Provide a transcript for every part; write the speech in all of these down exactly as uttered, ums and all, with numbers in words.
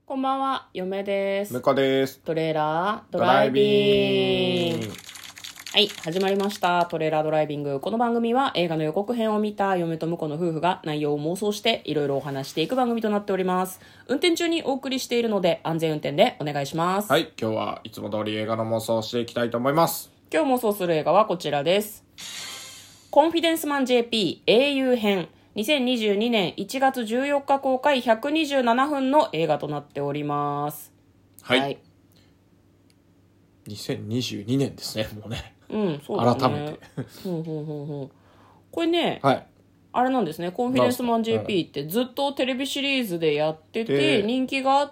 こんばんは、嫁です。 向こうです。 トレーラードライビング。はい、始まりました。トレーラードライビング。この番組は映画の予告編を見た嫁と婿の夫婦が内容を妄想していろいろお話していく番組となっております。運転中にお送りしているので安全運転でお願いします。 はい、今日はいつも通り映画の妄想をしていきたいと思います。 今日妄想する映画はこちらです。コンフィデンスマン ジェーピー 英雄編。にせんにじゅうにねんいちがつじゅうよっか公開ひゃくにじゅうななふんの映画となっております。 はい。はい、にせんにじゅうにねんですね、もうね。 うん、そうだね。 改めて。 ほんほんほんほん。これね、 はい。 あれなんですね、コンフィデンスマン ジェーピー ってずっとテレビシリーズでやってて、人気があって、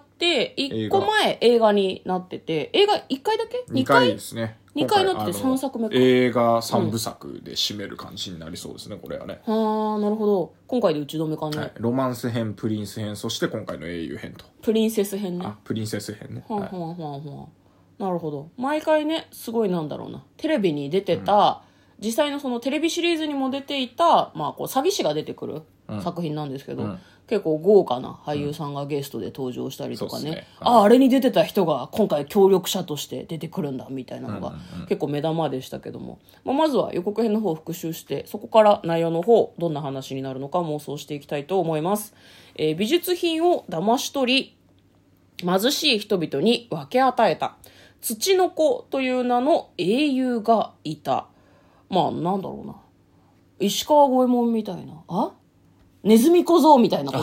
いっこまえ映画になってて、映画いっかいだけ ?に 回ですね。 にかいなっててさんさくめか。 映画さんぶさくで締める感じになりそうですね、これはね。 はあ、なるほど。今回で打ち止めかね。 はい、ロマンス編、プリンス編、そして今回の英雄編と。 プリンセス編ね。 あ、プリンセス編ね。 はあ、はあはあはあ、なるほど。毎回ね、すごいなんだろうな。テレビに出てた、うん、実際のそのテレビシリーズにも出ていた、まあこう詐欺師が出てくる作品なんですけど、うん、結構豪華な俳優さんがゲストで登場したりとかね、うんね、あああれに出てた人が今回協力者として出てくるんだみたいなのが結構目玉でしたけども、まあ、まずは予告編の方を復習してそこから内容の方どんな話になるのか妄想していきたいと思います。えー、美術品を騙し取り貧しい人々に分け与えたツチノコという名の英雄がいた。まあなんだろうな、石川五右衛門みたいな、あネズミ小僧みたいなこと、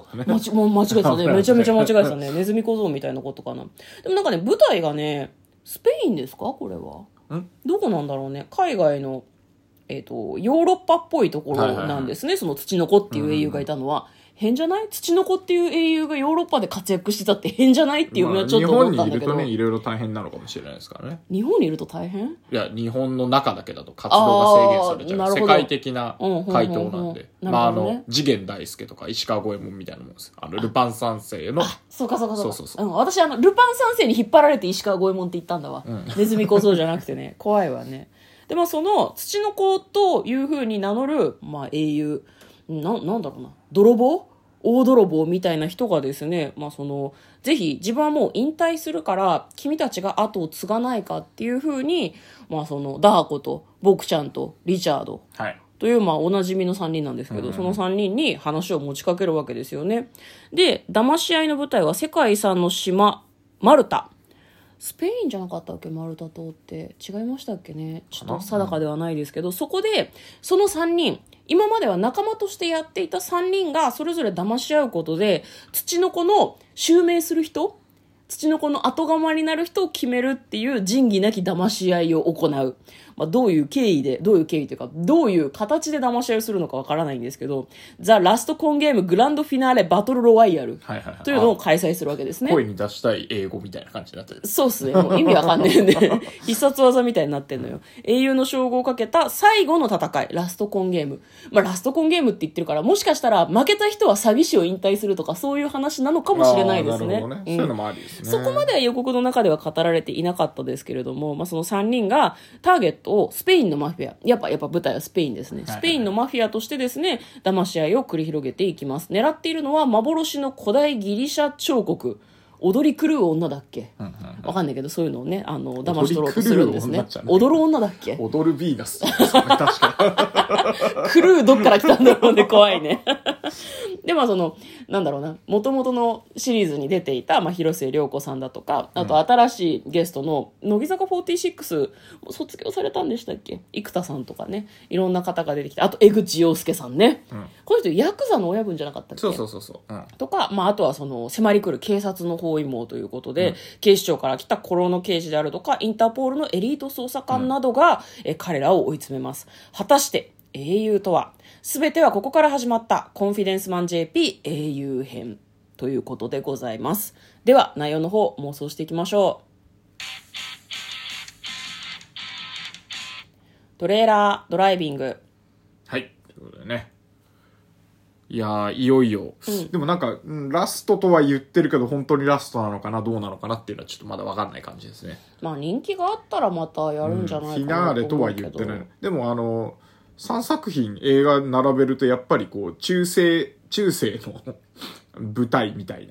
ね、まちもう間違えたね。めちゃめちゃ間違えたね。ネズミ小僧みたいなことかな。でもなんかね、舞台がね、スペインですかこれは。んどこなんだろうね。海外の、えっと、ヨーロッパっぽいところなんですね。はいはいはい、そのツチノコっていう英雄がいたのは。変じゃない？ツチノコっていう英雄がヨーロッパで活躍してたって変じゃないっていうのはちょっと思ったんだけど、 まあ、日本にいるとね、いろいろ大変なのかもしれないですからね。 日本にいると大変？ いや、日本の中だけだと活動が制限されちゃう。世界的な回答なんで。うん、まあ、あの、次元大介とか石川五右衛門みたいなもんです。あの、ルパン三世の。 あ、そうかそうかそうか。そうそうそう。うん、私、あの、ルパン三世に引っ張られて石川五右衛門って言ったんだわ。うん、ネズミ小僧じゃなくてね、怖いわね。で、まあ、その、ツチノコという風に名乗る、まあ、英雄。な、なんだろうな。泥棒大泥棒みたいな人がですね、まあその、ぜひ自分はもう引退するから、君たちが後を継がないかっていう風に、まあその、ダー子と、ボクちゃんと、リチャード。はい。という、まあおなじみのさんにんなんですけど、うん、そのさんにんに話を持ちかけるわけですよね。で、騙し合いの舞台は世界遺産の島、マルタ。スペインじゃなかったっけマルタ島って違いましたっけね、ちょっと定かではないですけど、そこでそのさんにん、今までは仲間としてやっていたさんにんがそれぞれ騙し合うことでツチノコの襲名する人、ツチノコの後釜になる人を決めるっていう仁義なき騙し合いを行う。まあ、どういう経緯で、どういう経緯というか、どういう形で騙し合いをするのかわからないんですけど、ザ・ラストコンゲームグランドフィナーレバトルロワイヤルというのを開催するわけですね。 声に出したい英語みたいな感じになってる。 そうっすね。もう意味わかんねえんで。必殺技みたいになってんのよ。英雄の称号をかけた最後の戦い、ラストコンゲーム。まあ、ラストコンゲームって言ってるから、もしかしたら負けた人は詐欺師を引退するとか、そういう話なのかもしれないですね。 なるほどね。うん、そういうのもありですね。 そこまでは予告の中では語られていなかったですけれども、まあ、そのさんにんがターゲットをスペインのマフィア、やっぱ、やっぱ舞台はスペインですね。スペインのマフィアとしてですね、騙し合いを繰り広げていきます。狙っているのは幻の古代ギリシャ彫刻。踊り狂う女だっけ、うんうんうん、わかんないけど、そういうのをね、あの、騙し取ろうとするんですね。踊る女だっけ踊るヴィーナス。確かに。狂うどっから来たんだろうね、怖いね。で、まあその、なんだろうな、元々のシリーズに出ていた、まあ、広末涼子さんだとか、あと新しいゲストの、乃木坂フォーティーシックス、卒業されたんでしたっけ、生田さんとかね、いろんな方が出てきて、あと江口洋介さんね。うん、この人、ヤクザの親分じゃなかったっけ。 そうそうそうそう。うん、 とか、まあ、あとはその、迫り来る警察の包囲網ということで、うん、警視庁から来たコロノ刑事であるとか、インターポールのエリート捜査官などが、うん、え彼らを追い詰めます。果たして、英雄とは、すべてはここから始まったコンフィデンスマン ジェーピー 英雄編ということでございます。では内容の方妄想していきましょう。トレーラードライビング。 はい、ということでね。いやー、いよいよ、うん、でもなんかラストとは言ってるけど本当にラストなのかなどうなのかなっていうのはちょっとまだ分かんない感じですね。 まあ人気があったらまたやるんじゃないかなと思うけど、うん、フィナーレとは言ってない。 でもあのさんさく品映画並べるとやっぱりこう中世中世の舞台みたいな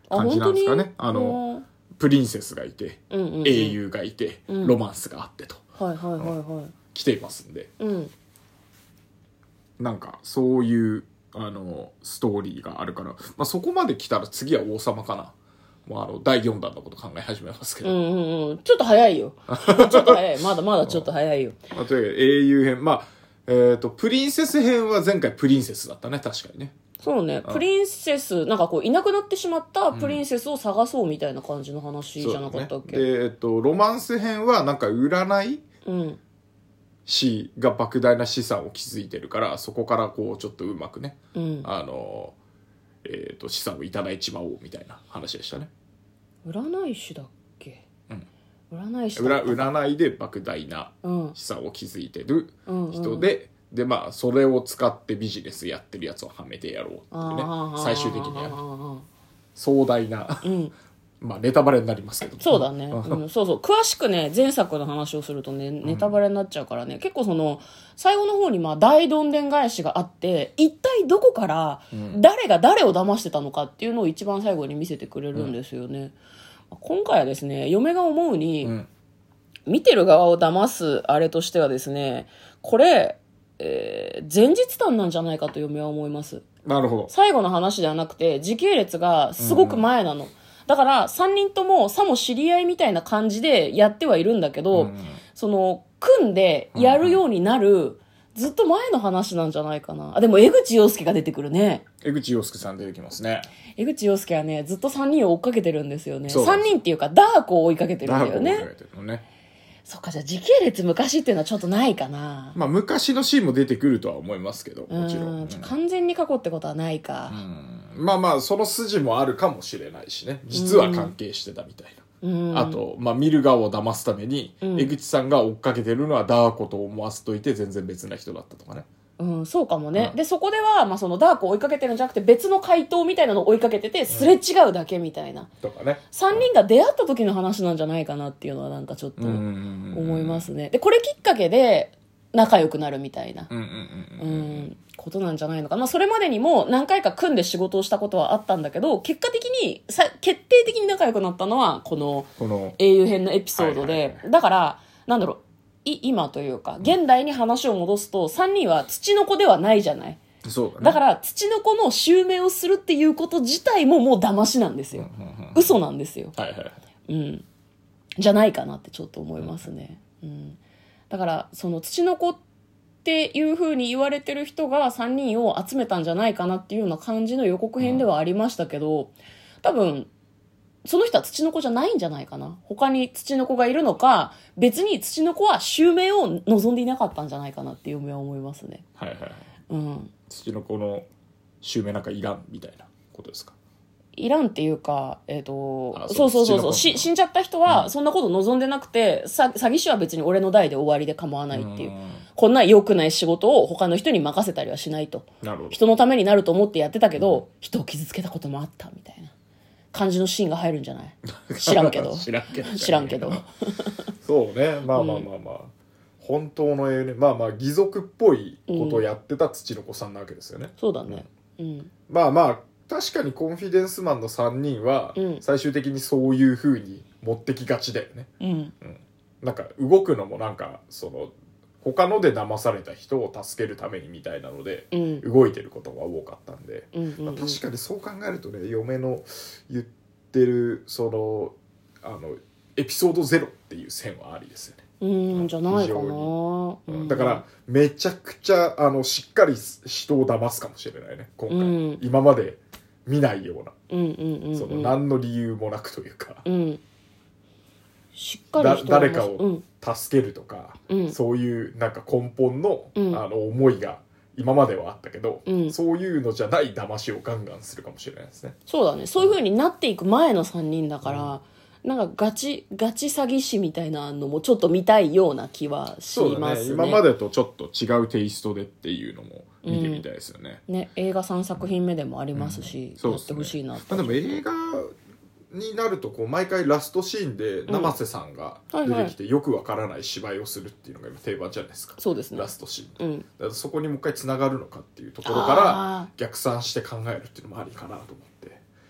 感じなんですかね。 ああのプリンセスがいて、うんうんうん、英雄がいて、うん、ロマンスがあってと、 はいはいはいはい、 来ていますんで、 うん、 なんかそういうあのストーリーがあるから、まあ、そこまで来たら次は王様かな。もうあのだいよんだんのこと考え始めますけど、 うんうんうん、ちょっと早いよちょっと早い、まだまだちょっと早いよ、 まあ、というわけで英雄編、まあえーとプリンセス編は前回プリンセスだったね、確かにね。 そうね、プリンセスなんかこういなくなってしまったプリンセスを探そうみたいな感じの話じゃなかったっけ、 ね、で、えっと、ロマンス編はなんか占い、 うん師が莫大な資産を築いてるから、そこからこうちょっとうまくね、 うん、 あの、えーと資産をいただいちまおうみたいな話でしたね。 占い師だっけ、 うん、 占い師だっけ占いで莫大な資産を築いてる人で、うんうん、でまあそれを使ってビジネスやってるやつをはめてやろうっていうね、最終的には壮大な、うんまあネタバレになりますけど、 そうだね、うん、そうそう、詳しくね前作の話をするとねネタバレになっちゃうからね、うん、結構その最後の方にまあ大どんでん返しがあって、一体どこから誰が誰を騙してたのかっていうのを一番最後に見せてくれるんですよね、うん、今回はですね、嫁が思うに、うん、見てる側を騙すあれとしてはですね、これ、えー、前日談なんじゃないかと嫁は思います。 なるほど。 最後の話ではなくて時系列がすごく前なの、うん、だからさんにんともさも知り合いみたいな感じでやってはいるんだけど、うん、その組んでやるようになる、うん、ずっと前の話なんじゃないかなあ。でも江口洋介が出てくるね。 江口洋介さん出てきますね。 江口洋介はねずっとさんにんを追っかけてるんですよね。さんにんっていうかダークを追いかけてるんだよね。ダークを追いかけてるのね。そっか、じゃあ時系列昔っていうのはちょっとないかな。 まあ昔のシーンも出てくるとは思いますけど、もちろん、うん、 完全に過去ってことはないか、 うん、まあまあその筋もあるかもしれないしね、実は関係してたみたいな、うん、あと、まあ、見る側を騙すために、うん、江口さんが追っかけてるのはダー子と思わせといて全然別な人だったとかね。 うん、そうかもね、うん、でそこでは、まあ、そのダークを追いかけてるんじゃなくて別の怪盗みたいなのを追いかけててすれ違うだけみたいな、うん、 とかね、 さんにんが出会った時の話なんじゃないかなっていうのはなんかちょっと思いますね。でこれきっかけで仲良くなるみたいなことなんじゃないのかな、まあ、それまでにも何回か組んで仕事をしたことはあったんだけど、結果的にさ決定的に仲良くなったのはこの英雄編のエピソードで、はいはいはい、だからなんだろう、今というか現代に話を戻すとさんにんは土の子ではないじゃない。 そうだね、 だから土の子の襲名をするっていうこと自体ももう騙しなんですよ、うんうんうん、嘘なんですよ、 はいはいはい、 うん、じゃないかなってちょっと思いますね、うん、だからその土の子っていう風に言われてる人がさんにんを集めたんじゃないかなっていうような感じの予告編ではありましたけど、多分その人は土の子じゃないんじゃないかな。他に土の子がいるのか、別に土の子は襲名を望んでいなかったんじゃないかなっていう嫁は思いますね。 はいはいはい。 うん。 土の子の襲名なんかいらんみたいなことですか。 いらんっていうか、えっと、そうそうそうそう、し死んじゃった人はそんなこと望んでなくて、うん、詐欺師は別に俺の代で終わりで構わないっていう。うこんな良くない仕事を他の人に任せたりはしないと。 なるほど。 人のためになると思ってやってたけど、うん、人を傷つけたこともあったみたいな感じのシーンが入るんじゃない？知らんけど知らんけど知らんけどそうね、まあまあまあまあ、うん、本当の英雄ね、まあまあ義賊っぽいことをやってた土の子さんなわけですよね、うん、 そうだね、うん、 まあまあ確かにコンフィデンスマンのさんにんは最終的にそういう風に持ってきがちだよね、 うんうん、 なんか動くのもなんかその他ので騙された人を助けるためにみたいなので動いてることが多かったんで、 うんうんうん、 まあ、確かにそう考えるとね、嫁の言ってるそのあのエピソードゼロっていう線はありですよね。 うんじゃないかな、 うん、だからめちゃくちゃあのしっかり人を騙すかもしれないね今回、うん、今まで見ないような、 うんうんうんうん、 その何の理由もなくというか、 うん、しっかり人誰かを助けるとか、 うん、 そういうなんか根本の、 うん、 あの思いが今まではあったけど、 うん、 そういうのじゃない騙しをガンガンするかもしれないですね。 そうだね、そういう風になっていく前のさんにんだから、うん、なんかガチガチ詐欺師みたいなのもちょっと見たいような気はしますね。 そうだね、今までとちょっと違うテイストでっていうのも見てみたいですよね、 うん、ね、映画さんさく品目でもありますし、うん、やってほしいなって、 まあ、でも映画になるとこう毎回ラストシーンで生瀬さんが出てきてよくわからない芝居をするっていうのが今定番じゃないですか。 そうですね、 ラストシーン、 うん、 だからそこにもう一回つながるのかっていうところから逆算して考えるっていうのもありかなと思って。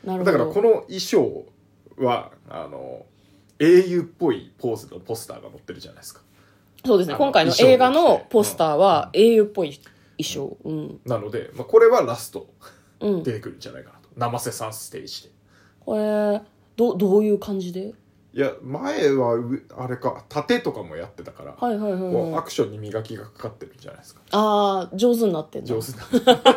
なるほど。 だからこの衣装はあの英雄っぽいポーズのポスターが載ってるじゃないですか。 そうですね、今回の映画のポスターは英雄っぽい衣装、うん、 なので、まあ、これはラストうん、 出てくるんじゃないかなと、生瀬さんステージで。 これどどういう感じで？ いや前はあれか盾とかもやってたから、 はいはいはいはい、 こうアクションに磨きがかかってるんじゃないですか。 ああ上手になってんだ。 上手になって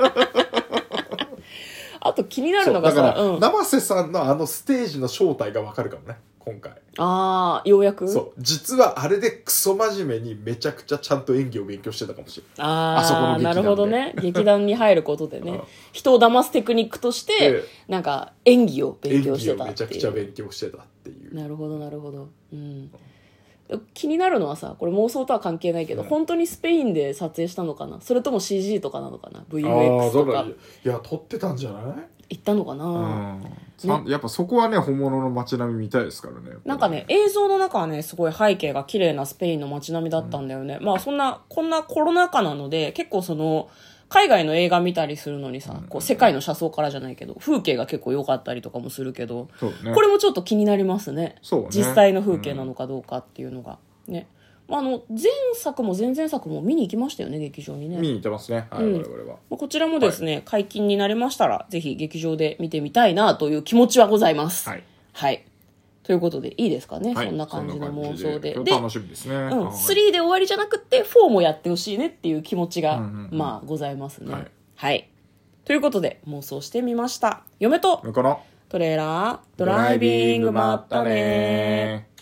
あと気になるのがさ、 だから、 うん、 生瀬さんのあのステージの正体がわかるかもね今回。 ああようやく。 そう実はあれでクソ真面目にめちゃくちゃちゃんと演技を勉強してたかもしれない。 ああそこの劇団でなるほどね、劇団に入ることでね、 うん、 人を騙すテクニックとして、 ええ、 なんか演技を勉演強して技をめちゃたっていう。 くちゃ勉強してたっていう。 なるほどなるほど、うん、気になるのはさ、これ妄想とは関係ないけど、うん、本当にスペインで撮影したのかな、それとも シージー とかなのかな、 ブイユーエックス とか。 いや撮ってたんじゃない？ 行ったのかな、 うんね、やっぱそこはね本物の街並み見たいですからね。 なんかね映像の中はねすごい背景が綺麗なスペインの街並みだったんだよね、うん、まあそんなこんなコロナ禍なので結構その海外の映画見たりするのにさ、うん、こう世界の車窓からじゃないけど風景が結構良かったりとかもするけど、ね、これもちょっと気になります ね, そうね実際の風景なのかどうかっていうのがね。まあ、あの前作も前々作も見に行きましたよね劇場にね。 見に行ってますね、はい、うん、我々は。 こちらもですね、はい、解禁になりましたらぜひ劇場で見てみたいなという気持ちはございます。はい、はい、ということでいいですかね、はい、そんな感じの妄想で。 で楽しみですね、 うん、スリーで終わりじゃなくてフォーもやってほしいねっていう気持ちが、うんうんうん、まあございますね。はい、はい、ということで妄想してみました。嫁とトレーラードライビング、まったね。